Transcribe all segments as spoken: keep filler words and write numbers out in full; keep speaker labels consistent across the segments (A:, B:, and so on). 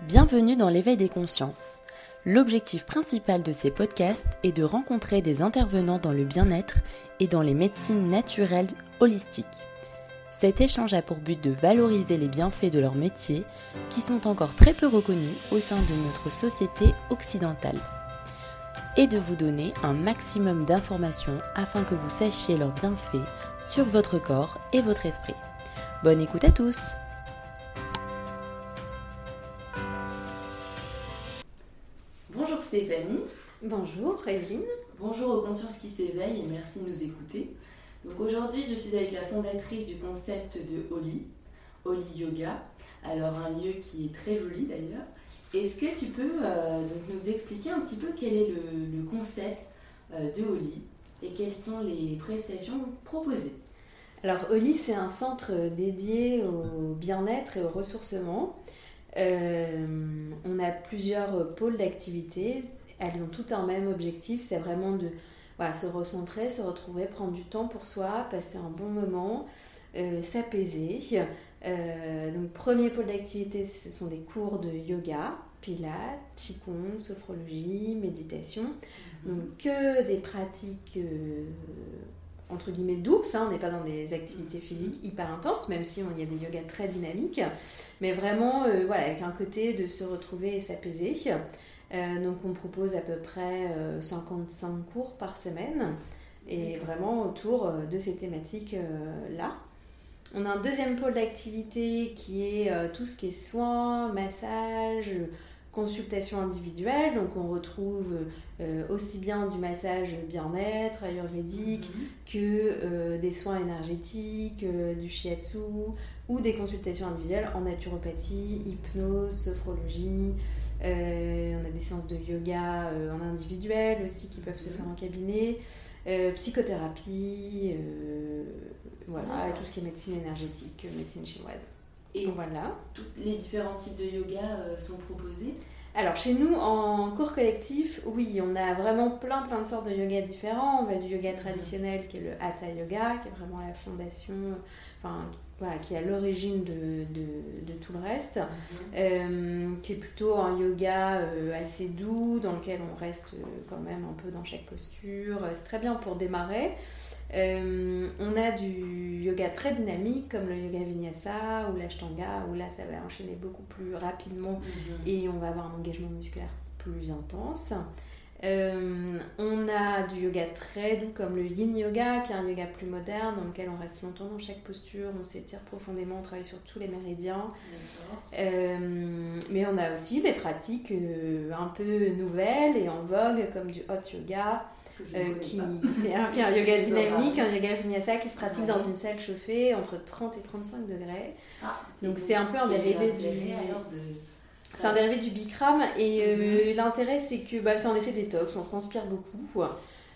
A: Bienvenue dans l'éveil des consciences. L'objectif principal de ces podcasts est de rencontrer des intervenants dans le bien-être et dans les médecines naturelles holistiques. Cet échange a pour but de valoriser les bienfaits de leur métier qui sont encore très peu reconnus au sein de notre société occidentale et de vous donner un maximum d'informations afin que vous sachiez leurs bienfaits sur votre corps et votre esprit. Bonne écoute à tous! Bonjour Stéphanie.
B: Bonjour Evelyne.
A: Bonjour aux consciences qui s'éveillent et merci de nous écouter. Donc aujourd'hui je suis avec la fondatrice du concept de Holi, Holi Yoga. Alors un lieu qui est très joli d'ailleurs. Est-ce que tu peux euh, donc nous expliquer un petit peu quel est le, le concept euh, de Holi et quelles sont les prestations proposées?
B: Alors Holi, c'est un centre dédié au bien-être et au ressourcement. Euh, on a plusieurs pôles d'activité. Elles ont toutes un même objectif, c'est vraiment de voilà, se recentrer, se retrouver, prendre du temps pour soi, passer un bon moment, euh, s'apaiser. Euh, donc premier pôle d'activité, ce sont des cours de yoga, pilates, qigong, sophrologie, méditation. Mmh. Donc que des pratiques euh, entre guillemets douces, hein, on n'est pas dans des activités physiques hyper intenses, même si il y a des yogas très dynamiques, mais vraiment euh, voilà, avec un côté de se retrouver et s'apaiser. Euh, donc on propose à peu près euh, cinquante-cinq cours par semaine, et vraiment autour euh, de ces thématiques euh, là. On a un deuxième pôle d'activité qui est euh, tout ce qui est soins, massage, consultation individuelle. Donc on retrouve euh, aussi bien du massage bien-être ayurvédique mmh. que euh, des soins énergétiques, euh, du shiatsu ou des consultations individuelles en naturopathie, hypnose, sophrologie. Euh, on a des séances de yoga euh, en individuel aussi qui peuvent mmh. se faire en cabinet. Euh, psychothérapie, euh, voilà, et tout ce qui est médecine énergétique, médecine chinoise.
A: Et donc, voilà. Tous les différents types de yoga euh, sont proposés?
B: Alors chez nous, en cours collectif, oui, on a vraiment plein plein de sortes de yoga différents. On va du yoga traditionnel qui est le Hatha Yoga, qui est vraiment la fondation, enfin voilà, qui est à l'origine de, de, de tout le reste, mm-hmm. euh, qui est plutôt un yoga euh, assez doux, dans lequel on reste quand même un peu dans chaque posture. C'est très bien pour démarrer. Euh, on a du yoga très dynamique comme le yoga vinyasa ou l'ashtanga où là ça va enchaîner beaucoup plus rapidement mmh. et on va avoir un engagement musculaire plus intense. Euh, on a du yoga très doux comme le yin yoga qui est un yoga plus moderne dans lequel on reste longtemps dans chaque posture, on s'étire profondément, on travaille sur tous les méridiens. Euh, mais on a aussi des pratiques euh, un peu nouvelles et en vogue comme du hot yoga. Euh, qui, c'est un, un yoga dynamique, un yoga vinyasa qui se pratique ouais. dans une salle chauffée entre trente et trente-cinq degrés. Ah, donc, donc c'est un peu un dérivé du... De... C'est un dérivé du Bikram et mm-hmm. euh, l'intérêt c'est que bah, c'est en effet détox, on transpire beaucoup.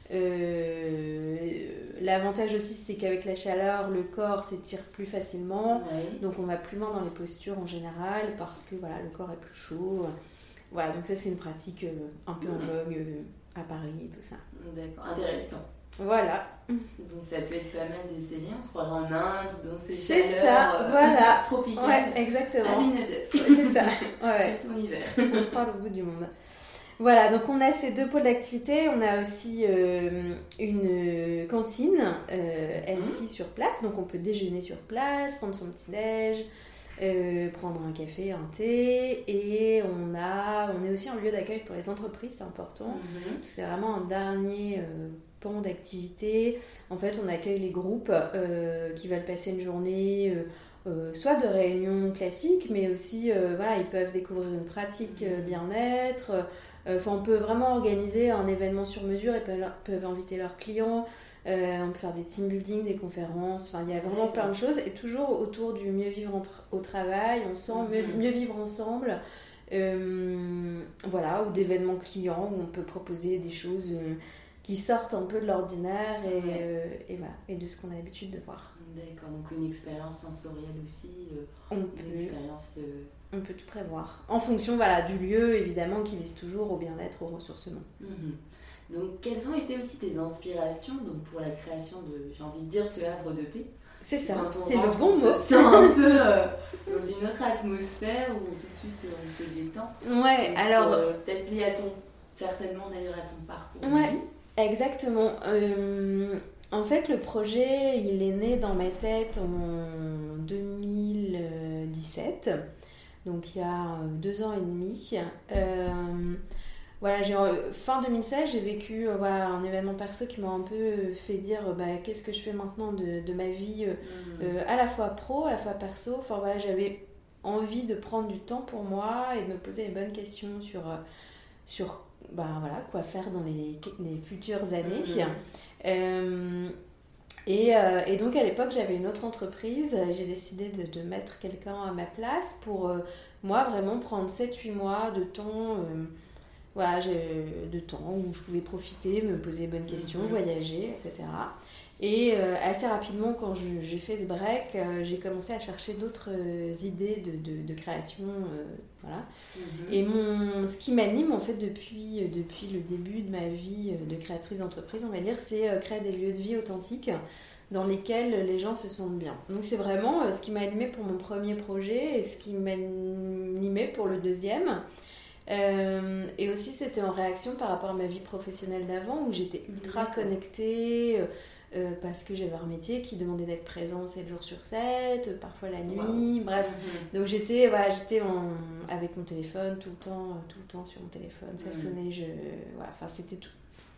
B: Euh, l'avantage aussi c'est qu'avec la chaleur le corps s'étire plus facilement, ouais. donc on va plus loin dans les postures en général parce que voilà, le corps est plus chaud. Voilà, donc ça c'est une pratique euh, un peu en vogue euh, à Paris et tout ça.
A: D'accord, intéressant.
B: Voilà.
A: Donc ça peut être pas mal d'essayer, on se croirait en Inde ou dans ces
B: c'est
A: chaleurs
B: ça,
A: euh,
B: voilà.
A: tropicales.
B: Ouais, exactement.
A: À Vinodesque.
B: C'est ça, ouais.
A: Surtout en hiver.
B: On se parle au bout du monde. Voilà, donc on a ces deux pôles d'activité. On a aussi euh, une cantine, euh, elle ici mmh. sur place, donc on peut déjeuner sur place, prendre son petit-déj, Euh, prendre un café, un thé, et on a, on est aussi un lieu d'accueil pour les entreprises, c'est important. Mm-hmm. C'est vraiment un dernier euh, pan d'activité. En fait, on accueille les groupes euh, qui veulent passer une journée, euh, euh, soit de réunions classiques, mais aussi, euh, voilà, ils peuvent découvrir une pratique euh, bien-être. Enfin, euh, on peut vraiment organiser un événement sur mesure et peuvent, peuvent inviter leurs clients. Euh, on peut faire des team building, des conférences, enfin il y a vraiment plein de choses et toujours autour du mieux vivre entre, au travail, ensemble, mieux, mieux vivre ensemble, euh, voilà, ou d'événements clients où on peut proposer des choses euh, qui sortent un peu de l'ordinaire et, ouais. euh, et, voilà, et de ce qu'on a l'habitude de voir.
A: D'accord, donc une expérience sensorielle aussi, euh,
B: on
A: une
B: peut,
A: expérience... Euh...
B: On peut tout prévoir, en fonction voilà, du lieu évidemment qui vise toujours au bien-être, au ressourcement.
A: Mm-hmm. Donc, quelles ont été aussi tes inspirations donc, pour la création de, j'ai envie de dire, ce havre de paix?
B: C'est ça,
C: quand on
B: c'est
C: rentre,
B: le bon mot.
C: On se sent un peu euh, dans une autre atmosphère où tout de suite euh, on se détend.
B: Ouais,
C: donc,
B: alors...
C: Euh, peut-être lié à ton... certainement d'ailleurs à ton parcours.
B: Ouais, exactement. Euh, en fait, le projet, il est né dans ma tête en deux mille dix-sept, donc il y a deux ans et demi. Euh, voilà, j'ai, fin deux mille seize, j'ai vécu euh, voilà, un événement perso qui m'a un peu fait dire bah, qu'est-ce que je fais maintenant de, de ma vie, euh, mmh. euh, à la fois pro, à la fois perso. Enfin voilà, j'avais envie de prendre du temps pour moi et de me poser les bonnes questions sur, sur ben voilà, quoi faire dans les, les futures années. Mmh. Euh, et, euh, et donc à l'époque j'avais une autre entreprise, j'ai décidé de, de mettre quelqu'un à ma place pour euh, moi vraiment prendre sept huit mois de temps, euh, voilà, de temps où je pouvais profiter, me poser les bonnes questions, mmh. voyager, et cetera. Et euh, assez rapidement, quand je, j'ai fait ce break, euh, j'ai commencé à chercher d'autres euh, idées de, de, de création. Euh, voilà. Mm-hmm. Et mon, ce qui m'anime, en fait, depuis, euh, depuis le début de ma vie de créatrice d'entreprise, on va dire, c'est euh, créer des lieux de vie authentiques dans lesquels les gens se sentent bien. Donc, c'est vraiment euh, ce qui m'a animée pour mon premier projet et ce qui m'a animée pour le deuxième. Euh, et aussi, c'était en réaction par rapport à ma vie professionnelle d'avant, où j'étais ultra mm-hmm. connectée... Euh, Euh, parce que j'avais un métier qui demandait d'être présent sept jours sur sept, euh, parfois la nuit, wow. bref. Mm-hmm. Donc j'étais, voilà, j'étais en, avec mon téléphone tout le temps, tout le temps sur mon téléphone. Ça mm-hmm. sonnait, je, voilà, enfin c'était tout,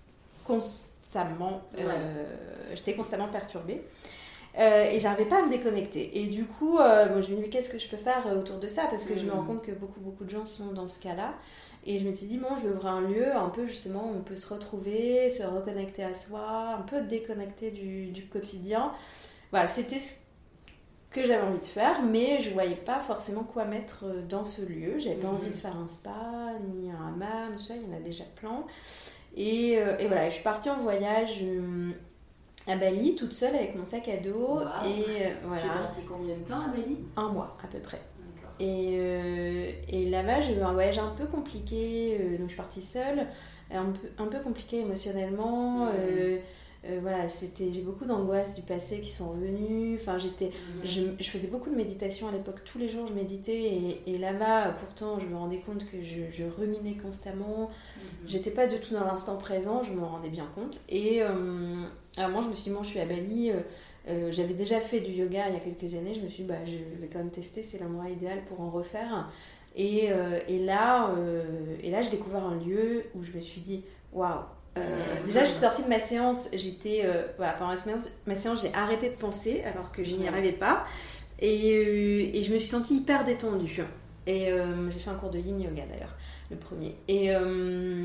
B: constamment, ouais. euh, j'étais constamment perturbée. Euh, et j'arrivais pas à me déconnecter. Et du coup, euh, bon, je me dis mais qu'est-ce que je peux faire autour de ça, parce que mm-hmm. je me rends compte que beaucoup, beaucoup de gens sont dans ce cas-là. Et je me suis dit, bon, je vais ouvrir un lieu un peu justement où on peut se retrouver, se reconnecter à soi, un peu déconnecter du, du quotidien. Voilà, c'était ce que j'avais envie de faire, mais je ne voyais pas forcément quoi mettre dans ce lieu. J'avais pas mmh. envie de faire un spa, ni un hammam, tout ça, il y en a déjà plein. Et, euh, et voilà, je suis partie en voyage euh, à Bali, toute seule avec mon sac à dos.
C: Wow.
B: Et euh, voilà.
C: Tu es partie combien de temps à Bali ?
B: Un mois à peu près. Et, euh, et là-bas, j'ai eu un voyage un peu compliqué, euh, donc je suis partie seule, un peu, un peu compliqué émotionnellement. Mmh. Euh, euh, voilà, c'était, j'ai beaucoup d'angoisses du passé qui sont revenues. Enfin, j'étais, mmh. je, je faisais beaucoup de méditation à l'époque, tous les jours je méditais. Et, et là-bas, pourtant, je me rendais compte que je, je ruminais constamment. Mmh. J'étais pas du tout dans l'instant présent, je m'en rendais bien compte. Et euh, alors moi, je me suis dit, bon, je suis à Bali. Euh, Euh, j'avais déjà fait du yoga il y a quelques années, je me suis dit bah, je vais quand même tester, c'est l'endroit idéal pour en refaire. Et, euh, et, là, euh, et là, j'ai découvert un lieu où je me suis dit waouh! Euh, déjà, je suis sortie de ma séance, j'étais, euh, voilà, pendant ma séance, ma séance, j'ai arrêté de penser alors que je n'y arrivais pas. Et, euh, et je me suis sentie hyper détendue. Et euh, j'ai fait un cours de yin yoga d'ailleurs, le premier. Et. Euh,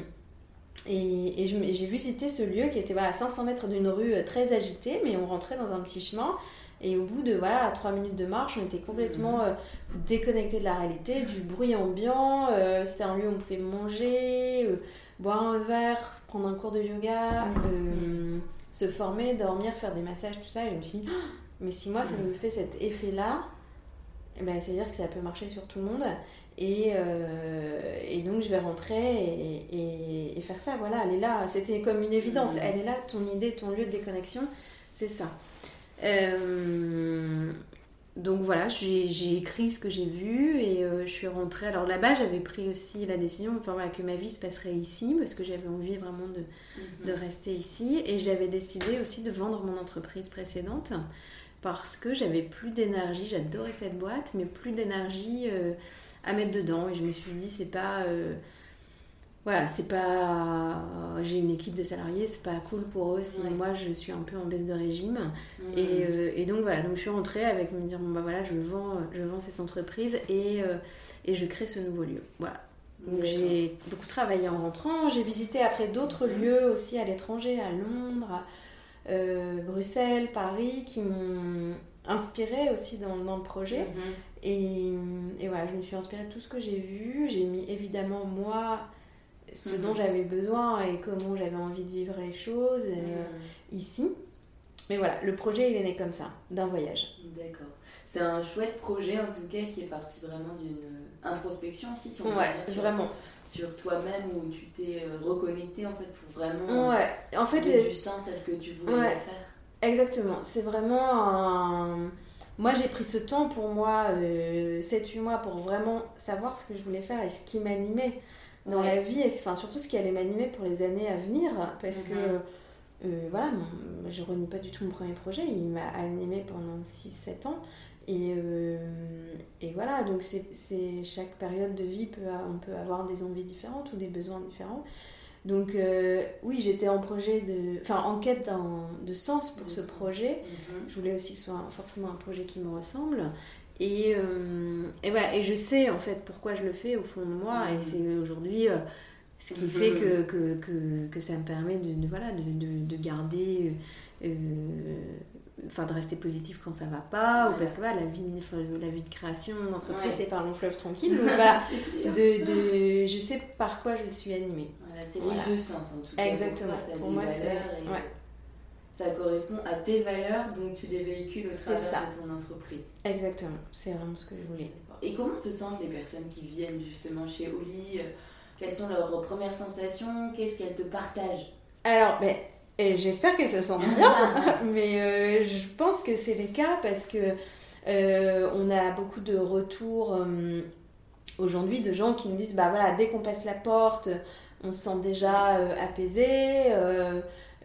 B: Et, et je, j'ai visité ce lieu qui était voilà, à cinq cents mètres d'une rue très agitée, mais on rentrait dans un petit chemin et au bout de voilà, trois minutes de marche, on était complètement euh, déconnecté de la réalité, du bruit ambiant. Euh, c'était un lieu où on pouvait manger, euh, boire un verre, prendre un cours de yoga, euh, se former, dormir, faire des massages, tout ça. Et je me suis dit, oh, mais si moi ça me fait cet effet-là, eh ben, c'est-à-dire que ça peut marcher sur tout le monde. Et, euh, et donc je vais rentrer et, et, et faire ça, voilà, elle est là, c'était comme une évidence, elle est là, ton idée, ton lieu de déconnexion, c'est ça. Euh, donc voilà, j'ai, j'ai écrit ce que j'ai vu et euh, je suis rentrée. Alors là-bas, j'avais pris aussi la décision enfin, voilà, que ma vie se passerait ici, parce que j'avais envie vraiment de, mm-hmm. de rester ici, et j'avais décidé aussi de vendre mon entreprise précédente parce que j'avais plus d'énergie, j'adorais cette boîte, mais plus d'énergie euh, à mettre dedans. Et je me suis dit, c'est pas... Euh, voilà, c'est pas... J'ai une équipe de salariés, c'est pas cool pour eux si ouais. moi je suis un peu en baisse de régime. Mmh. Et, euh, et donc voilà, donc je suis rentrée avec me dire, bon bah voilà, je vends, je vends cette entreprise et, euh, et je crée ce nouveau lieu. Voilà. Donc mmh. j'ai beaucoup travaillé en rentrant. J'ai visité après d'autres mmh. lieux aussi à l'étranger, à Londres, à euh, Bruxelles, Paris, qui m'ont inspirée aussi dans, dans le projet. Mmh. Et, et voilà, je me suis inspirée de tout ce que j'ai vu. J'ai mis évidemment moi... ce mmh. dont j'avais besoin et comment j'avais envie de vivre les choses euh, mmh. ici. Mais voilà, le projet il est né comme ça, d'un voyage.
C: D'accord. C'est un chouette projet en tout cas qui est parti vraiment d'une introspection aussi, si on peut
B: ouais,
C: dire, sur,
B: vraiment.
C: sur toi-même, où tu t'es reconnectée en fait pour vraiment
B: ouais. en fait,
C: donner
B: j'ai...
C: du sens à ce que tu voulais
B: ouais.
C: faire.
B: Exactement, c'est vraiment un... Moi, j'ai pris ce temps pour moi, euh, sept huit mois, pour vraiment savoir ce que je voulais faire et ce qui m'animait dans ouais. la vie, et enfin, surtout ce qui allait m'animer pour les années à venir, parce mm-hmm. que, euh, voilà, mon, je renie pas du tout mon premier projet, il m'a animée pendant six sept ans, et, euh, et voilà, donc c'est, c'est, chaque période de vie, peut, on peut avoir des envies différentes ou des besoins différents. Donc euh, oui, j'étais en projet de, enfin en quête d'un, de sens pour de ce sens. projet. Mm-hmm. Je voulais aussi que ce soit forcément un projet qui me ressemble. Et, euh, et voilà, et je sais en fait pourquoi je le fais au fond de moi. Mm-hmm. Et c'est aujourd'hui euh, ce qui mm-hmm. fait que, que, que, que ça me permet de, de, voilà, de, de, de garder... Euh, enfin de rester positif quand ça va pas, ouais. ou parce que voilà, la vie la vie de création d'entreprise ouais. c'est par long fleuve tranquille, donc voilà, de, de je sais par quoi je suis animée,
C: voilà, c'est voilà. de sens en tout cas.
B: Exactement, pour, pour moi c'est ouais.
C: ça correspond à tes valeurs, donc tu les véhicules au travers de ton entreprise.
B: Exactement, c'est vraiment ce que je voulais.
C: Et comment se sentent les personnes qui viennent justement chez Oli? Quelles sont leurs premières sensations? Qu'est-ce qu'elles te partagent?
B: Alors ben et j'espère qu'elles se sentent bien, mais euh, je pense que c'est le cas parce que euh, on a beaucoup de retours euh, aujourd'hui de gens qui me disent bah voilà, dès qu'on passe la porte, on se sent déjà euh, apaisé, euh,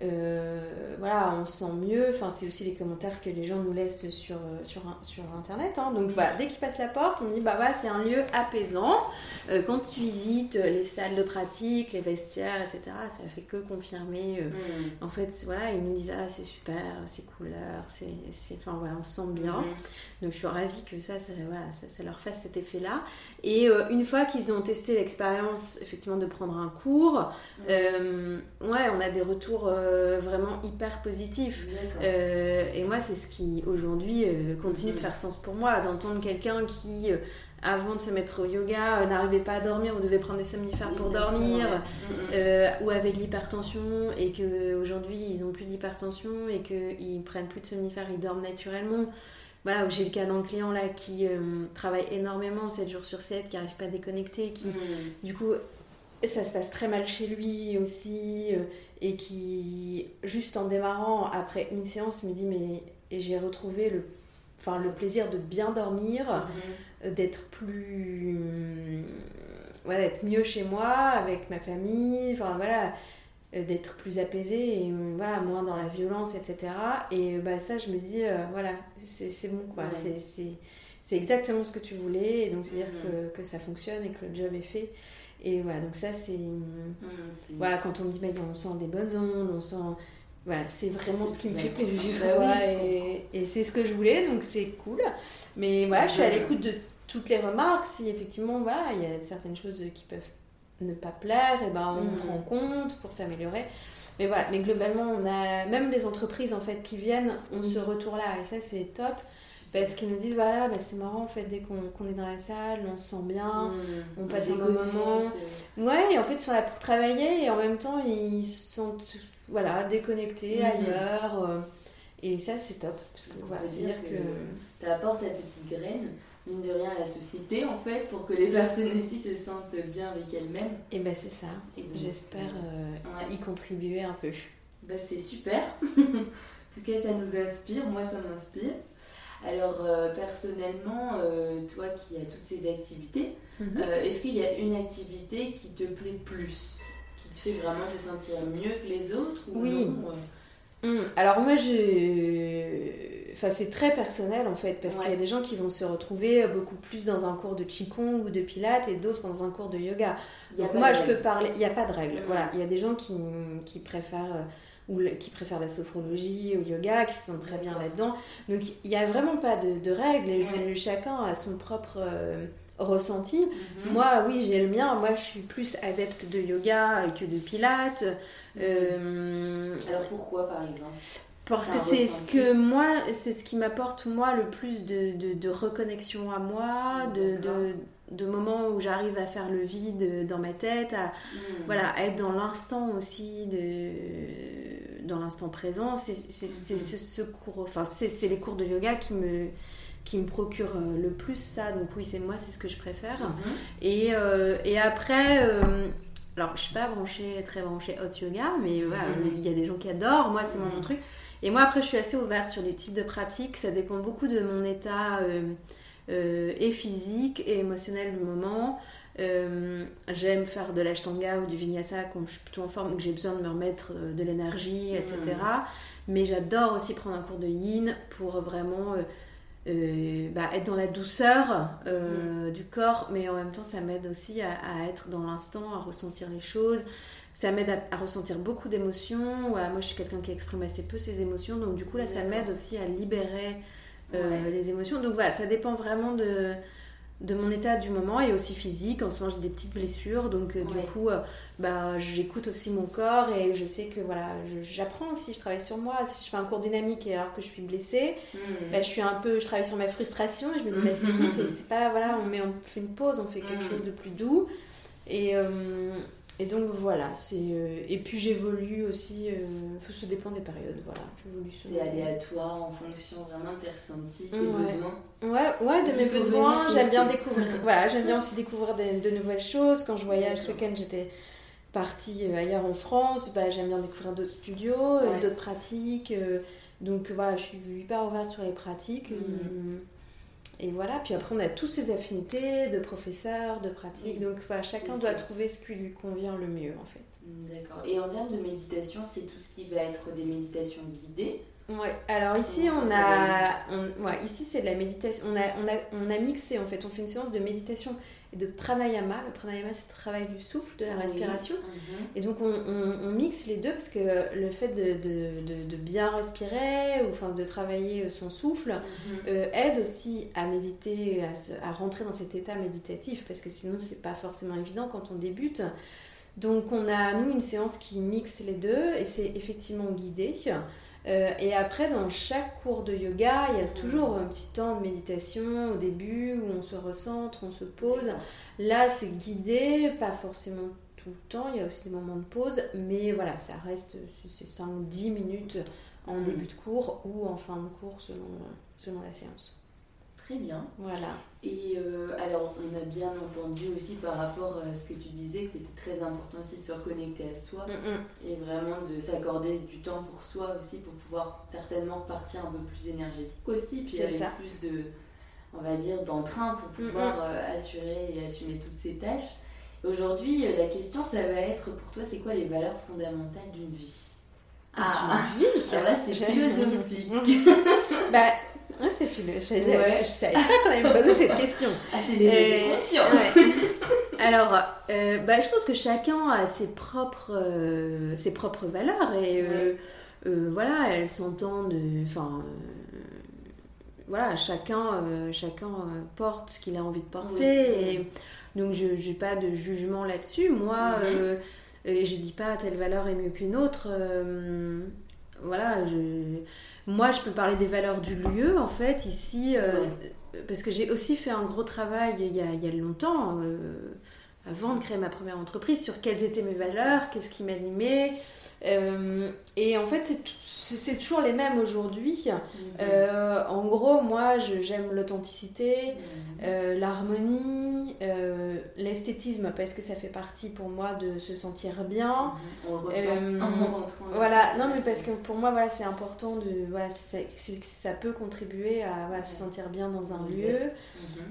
B: euh, voilà, on se sent mieux. Enfin, c'est aussi les commentaires que les gens nous laissent sur, sur, sur internet. Hein. Donc voilà, dès qu'ils passent la porte, on dit bah voilà, c'est un lieu apaisant. Euh, quand ils visitent les salles de pratique, les vestiaires, et cetera, ça fait que confirmer. Euh, mmh. En fait, voilà, ils nous disent ah c'est super, c'est couleur, c'est, c'est, enfin voilà, on se sent bien. Mmh. Donc je suis ravie que ça, ça, voilà, ça, ça leur fasse cet effet-là. Et euh, une fois qu'ils ont testé l'expérience, effectivement, de prendre un cours, mmh. euh, ouais, on a des retours euh, vraiment hyper positifs. Euh, et moi, c'est ce qui aujourd'hui euh, continue mmh. de faire sens pour moi, d'entendre quelqu'un qui euh, avant de se mettre au yoga, euh, n'arrivait pas à dormir ou devait prendre des somnifères pour dormir, ouais. euh, ou avec l'hypertension, et qu'aujourd'hui ils n'ont plus d'hypertension et qu'ils prennent plus de somnifères, ils dorment naturellement. Voilà, où j'ai le cas d'un client là qui euh, travaille énormément, sept jours sur sept, qui n'arrive pas à déconnecter, qui mmh. du coup ça se passe très mal chez lui aussi, euh, et qui juste en démarrant après une séance me dit mais et j'ai retrouvé le Enfin, le plaisir de bien dormir, mmh. d'être plus... Voilà, d'être mieux chez moi, avec ma famille, enfin voilà, d'être plus apaisée, et voilà, moins dans la violence, et cetera. Et bah, ça, je me dis, euh, voilà, c'est, c'est bon, quoi. Mmh. C'est, c'est, c'est exactement ce que tu voulais, et donc c'est-à-dire mmh. que, que ça fonctionne et que le job est fait. Et voilà, donc ça, c'est... Mmh, c'est... Voilà, quand on me dit, mais on sent des bonnes ondes, on sent... Voilà, c'est vraiment c'est ce qui me fait plaisir. Bah ouais, oui, et, et c'est ce que je voulais, donc c'est cool. Mais voilà, je suis à l'écoute de toutes les remarques. Si effectivement, voilà, il y a certaines choses qui peuvent ne pas plaire, et ben on mmh. prend en compte pour s'améliorer. Mais voilà, mais globalement, on a même les entreprises en fait qui viennent, ont ce retour-là, et ça c'est top. Parce qu'ils nous disent, voilà, bah, c'est marrant en fait, dès qu'on, qu'on est dans la salle, on se sent bien, mmh. on passe un bon moment. Ouais, et en fait, ils sont là pour travailler, et en même temps, ils se sentent voilà, déconnectés mmh. ailleurs. Euh, et ça, c'est top. Parce que,
C: on
B: voilà,
C: va dire que,
B: que...
C: tu apportes ta petite graine, mine de rien, à la société, en fait, pour que les personnes ici se sentent bien avec elles-mêmes.
B: Et ben bah, c'est ça. Et donc, j'espère euh, ouais. y contribuer un peu.
C: Bah, c'est super. En tout cas, ça nous inspire. Moi, ça m'inspire. Alors, euh, personnellement, euh, toi qui as toutes ces activités, mm-hmm. euh, est-ce qu'il y a une activité qui te plaît plus, qui te fait vraiment te sentir mieux que les autres ou
B: oui.
C: non
B: Mmh. Alors moi, je... enfin, c'est très personnel en fait, parce ouais. qu'il y a des gens qui vont se retrouver beaucoup plus dans un cours de Qigong ou de Pilates et d'autres dans un cours de yoga. Donc moi, je peux parler... Il n'y a pas de règle. Mmh. Voilà. Il y a des gens qui, qui préfèrent... ou qui préfèrent la sophrologie ou le yoga, qui se sentent très bien là-dedans. Donc, il n'y a vraiment pas de, de règles, et ouais. je, chacun a son propre euh, ressenti. Mm-hmm. Moi, oui, j'ai le mien. Moi, je suis plus adepte de yoga que de pilates. Mm-hmm. Euh,
C: Alors, pourquoi, par exemple ?
B: Parce que c'est ce que moi, c'est ce qui m'apporte, moi, le plus de, de, de reconnexion à moi, de... de de moments où j'arrive à faire le vide dans ma tête, à, mmh. voilà, à être dans l'instant aussi, de, dans l'instant présent. C'est, c'est, c'est, c'est, ce cours, enfin, c'est, c'est les cours de yoga qui me, qui me procurent le plus ça. Donc oui, c'est moi, c'est ce que je préfère. Mmh. Et, euh, et après, euh, alors je ne suis pas branchée, très branchée hot yoga, mais voilà, mmh. il y a des gens qui adorent. Moi, c'est mmh. mon truc. Et moi, après, je suis assez ouverte sur les types de pratiques. Ça dépend beaucoup de mon état euh, euh, et physique et émotionnel du moment. Euh, j'aime faire de l'ashtanga ou du vinyasa quand je suis plutôt en forme, où j'ai besoin de me remettre de l'énergie, et cetera. Mmh. Mais j'adore aussi prendre un cours de yin pour vraiment euh, euh, bah, être dans la douceur euh, mmh. du corps, mais en même temps ça m'aide aussi à, à être dans l'instant, à ressentir les choses. Ça m'aide à, à ressentir beaucoup d'émotions. Ouais, moi je suis quelqu'un qui exprime assez peu ses émotions, donc du coup là ça m'aide aussi à libérer euh, ouais. les émotions. Donc voilà, ça dépend vraiment de... de mon état du moment et aussi physique. En ce moment j'ai des petites blessures, donc euh, ouais. du coup euh, bah, j'écoute aussi mon corps et je sais que voilà, je, j'apprends aussi, je travaille sur moi. Si je fais un cours dynamique et alors que je suis blessée, mmh. bah, je suis un peu, je travaille sur ma frustration et je me dis bah, c'est tout, c'est, c'est pas, voilà, on, met, on fait une pause, on fait quelque mmh. chose de plus doux et, euh, et donc voilà, c'est, euh, et puis j'évolue aussi, euh, ça dépend des périodes, voilà, j'évolue sur
C: c'est aléatoire en fonction vraiment de tes ressentis, tes
B: ouais.
C: besoins.
B: Ouais, ouais, de mes besoins, j'aime bien découvrir, voilà, j'aime bien aussi découvrir de, de nouvelles choses. Quand je voyage ce week-end, j'étais partie ailleurs en France, bah, j'aime bien découvrir d'autres studios, ouais. d'autres pratiques, euh, donc voilà, je suis hyper ouverte sur les pratiques. Mmh. Et voilà, puis après on a tous ces affinités de professeurs, de pratiques, oui. donc voilà, chacun c'est doit ça. Trouver ce qui lui convient le mieux en fait.
C: D'accord. Et en termes de méditation, c'est tout ce qui va être des méditations guidées?
B: Ouais, alors ici on a, on, ouais, ici c'est de la méditation, on a, on, a, on a mixé en fait, on fait une séance de méditation et de pranayama. Le pranayama c'est le travail du souffle, de la oui. respiration, mm-hmm. et donc on, on, on mixe les deux parce que le fait de, de, de, de bien respirer, ou enfin de travailler son souffle, mm-hmm. euh, aide aussi à méditer, à, se, à rentrer dans cet état méditatif, parce que sinon c'est pas forcément évident quand on débute. Donc on a nous une séance qui mixe les deux et c'est effectivement guidé. Euh, et après, dans chaque cours de yoga, il y a toujours un petit temps de méditation au début où on se recentre, on se pose. Là, c'est guidé, pas forcément tout le temps, il y a aussi des moments de pause, mais voilà, ça reste c'est cinq dix minutes en mmh. début de cours ou en fin de cours selon, selon la séance.
C: Très bien.
B: Voilà.
C: Et euh, alors, on a bien entendu aussi par rapport à ce que tu disais que c'était très important aussi de se reconnecter à soi mm-hmm. et vraiment de s'accorder du temps pour soi aussi pour pouvoir certainement partir un peu plus énergétique aussi, puis
B: c'est
C: avec
B: ça.
C: Plus de, on va dire, d'entrain pour pouvoir mm-hmm. euh, assurer et assumer toutes ces tâches. Aujourd'hui, la question, ça va être pour toi, c'est quoi les valeurs fondamentales d'une vie?
B: Ah, d'une vie
C: ah, là, c'est philosophique.
B: bah, Ouais, c'est philosophique. Je, ouais. je savais pas qu'on allait me poser cette question.
C: Ah, c'est l'éveil de conscience.
B: Ouais. Alors, euh, bah, je pense que chacun a ses propres, euh, ses propres valeurs et euh, ouais. euh, voilà, elles s'entendent. Enfin, euh, voilà, chacun, euh, chacun porte ce qu'il a envie de porter. Ouais. Et, donc, je n'ai pas de jugement là-dessus. Moi, mm-hmm. euh, et je dis pas telle valeur est mieux qu'une autre. Euh, voilà, je. Moi, je peux parler des valeurs du lieu, en fait, ici, euh, ouais. parce que j'ai aussi fait un gros travail il y a, il y a longtemps, euh, avant de créer ma première entreprise, sur quelles étaient mes valeurs, qu'est-ce qui m'animait. Euh, et en fait, c'est, t- c'est toujours les mêmes aujourd'hui. Mm-hmm. Euh, en gros, moi, je, j'aime l'authenticité, mm-hmm. euh, l'harmonie, euh, l'esthétisme, parce que ça fait partie pour moi de se sentir bien.
C: Mm-hmm. On le ressent
B: euh,
C: en rentrant.
B: Voilà, non, mais parce que pour moi, voilà, c'est important de. Voilà, c'est, c'est, ça peut contribuer à voilà, se sentir bien dans un lieu. Mm-hmm.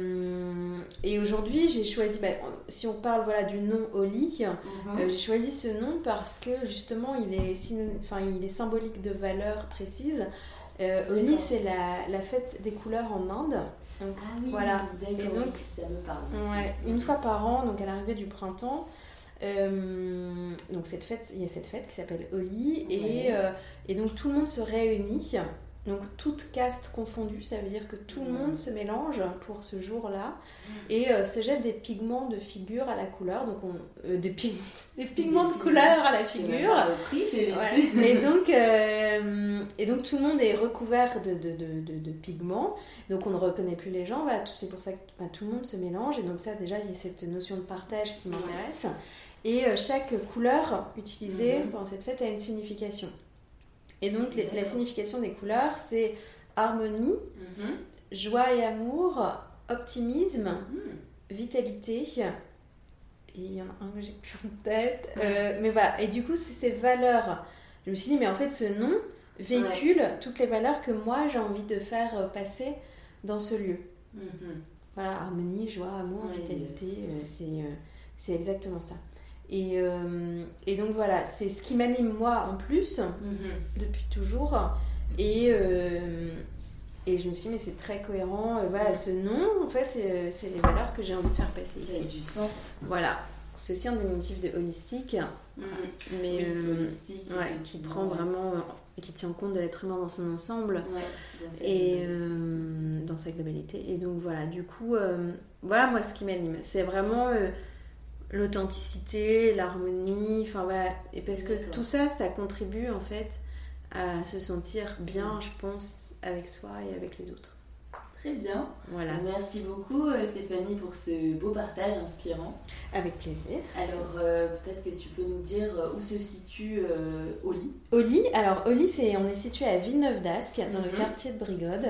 B: Euh, et aujourd'hui, j'ai choisi, bah, si on parle voilà, du nom Oli, mm-hmm. euh, j'ai choisi ce nom parce que justement, il est, enfin, il est symbolique de valeurs précises. Euh, Holi, c'est la, la fête des couleurs en Inde. Donc,
C: ah oui,
B: voilà.
C: d'accord,
B: et donc,
C: oui, ça me parle.
B: Ouais, une fois par an, donc à l'arrivée du printemps, euh, donc cette fête, il y a cette fête qui s'appelle Holi, ouais. et, euh, et donc tout le monde se réunit. Donc toute caste confondue, ça veut dire que tout mmh. le monde se mélange pour ce jour-là mmh. et euh, se jette des pigments de figure à la couleur, donc on, euh, des, pigments, des pigments des de couleur à la figure.
C: Pris, j'ai
B: ouais. et, donc, euh, et donc tout le monde est recouvert de, de, de, de, de pigments, donc on ne reconnaît plus les gens, voilà, c'est pour ça que bah, tout le monde se mélange, et donc ça déjà il y a cette notion de partage qui m'intéresse. Et euh, chaque couleur utilisée mmh. pendant cette fête a une signification. Et donc, les, la signification des couleurs, c'est harmonie, mm-hmm. joie et amour, optimisme, mm-hmm. vitalité. Et il y en a un que j'ai plus en tête. Euh, mais voilà. Et du coup, c'est ces valeurs. Je me suis dit, mais en fait, ce nom, véhicule ouais. toutes les valeurs que moi j'ai envie de faire passer dans ce lieu. Mm-hmm. Voilà, harmonie, joie, amour, ouais, vitalité, euh, c'est, euh, c'est exactement ça. Et, euh, et donc voilà, c'est ce qui m'anime moi en plus, mm-hmm. depuis toujours. Et, euh, et je me suis dit, mais c'est très cohérent. Euh, voilà, ce nom, en fait, euh, c'est les valeurs que j'ai envie de faire passer ici.
C: Ça a du sens.
B: Voilà. C'est aussi un des motifs de holistique, mmh. mais
C: oui,
B: euh,
C: holistique,
B: ouais, qui prend ouais. vraiment, et qui tient compte de l'être humain dans son ensemble,
C: ouais, dans
B: et euh, dans sa globalité. Et donc voilà, du coup, euh, voilà moi ce qui m'anime, c'est vraiment euh, l'authenticité, l'harmonie, enfin voilà, et parce que D'accord. tout ça, ça contribue en fait à se sentir bien, mmh. je pense, avec soi et avec les autres.
C: Très bien.
B: Voilà.
C: Merci beaucoup Stéphanie pour ce beau partage inspirant.
B: Avec plaisir.
C: Alors euh, peut-être que tu peux nous dire où se situe euh, Oli.
B: Oli, alors Oli, c'est, on est situé à Villeneuve-d'Ascq, dans mm-hmm. le quartier de Brigode,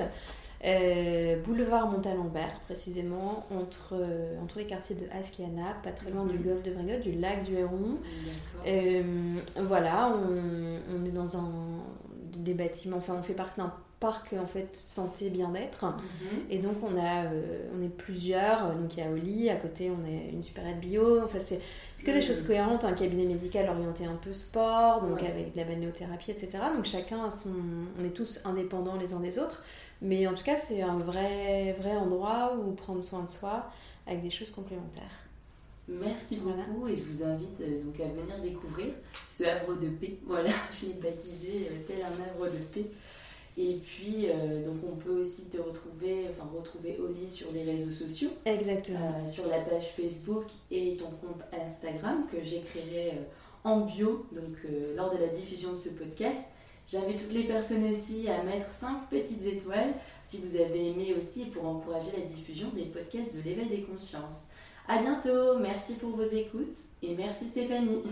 B: euh, boulevard Montalembert précisément, entre, euh, entre les quartiers de Ascq et Naples, pas très loin mm-hmm. du golfe de Brigode, du lac du Héron. Euh, voilà, on, on est dans un, des bâtiments, enfin on fait partie d'un parc en fait santé bien-être mm-hmm. et donc on a euh, on est plusieurs, donc il y a Oli, à côté on est une supérette bio, enfin c'est, c'est que des mm-hmm. choses cohérentes, un cabinet médical orienté un peu sport, donc ouais. avec de la balnéothérapie, etc. Donc chacun a son, on est tous indépendants les uns des autres, mais en tout cas c'est un vrai vrai endroit où prendre soin de soi avec des choses complémentaires.
C: Merci beaucoup voilà. Et je vous invite euh, donc à venir découvrir ce havre de paix. Voilà, je l'ai baptisé euh, tel un havre de paix. Et puis, euh, donc on peut aussi te retrouver, enfin retrouver Oli sur les réseaux sociaux.
B: Exactement.
C: Euh, sur la page Facebook et ton compte Instagram que j'écrirai euh, en bio, donc euh, lors de la diffusion de ce podcast. J'invite toutes les personnes aussi à mettre cinq petites étoiles si vous avez aimé aussi pour encourager la diffusion des podcasts de l'éveil des consciences. À bientôt, merci pour vos écoutes et merci Stéphanie.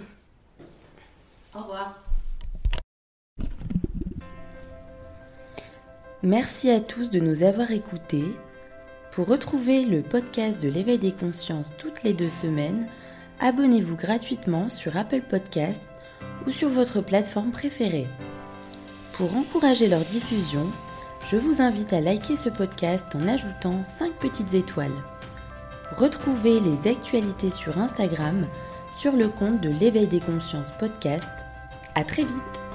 C: Au revoir.
A: Merci à tous de nous avoir écoutés. Pour retrouver le podcast de l'éveil des consciences toutes les deux semaines, abonnez-vous gratuitement sur Apple Podcasts ou sur votre plateforme préférée. Pour encourager leur diffusion, je vous invite à liker ce podcast en ajoutant cinq petites étoiles. Retrouvez les actualités sur Instagram sur le compte de l'éveil des consciences podcast. À très vite!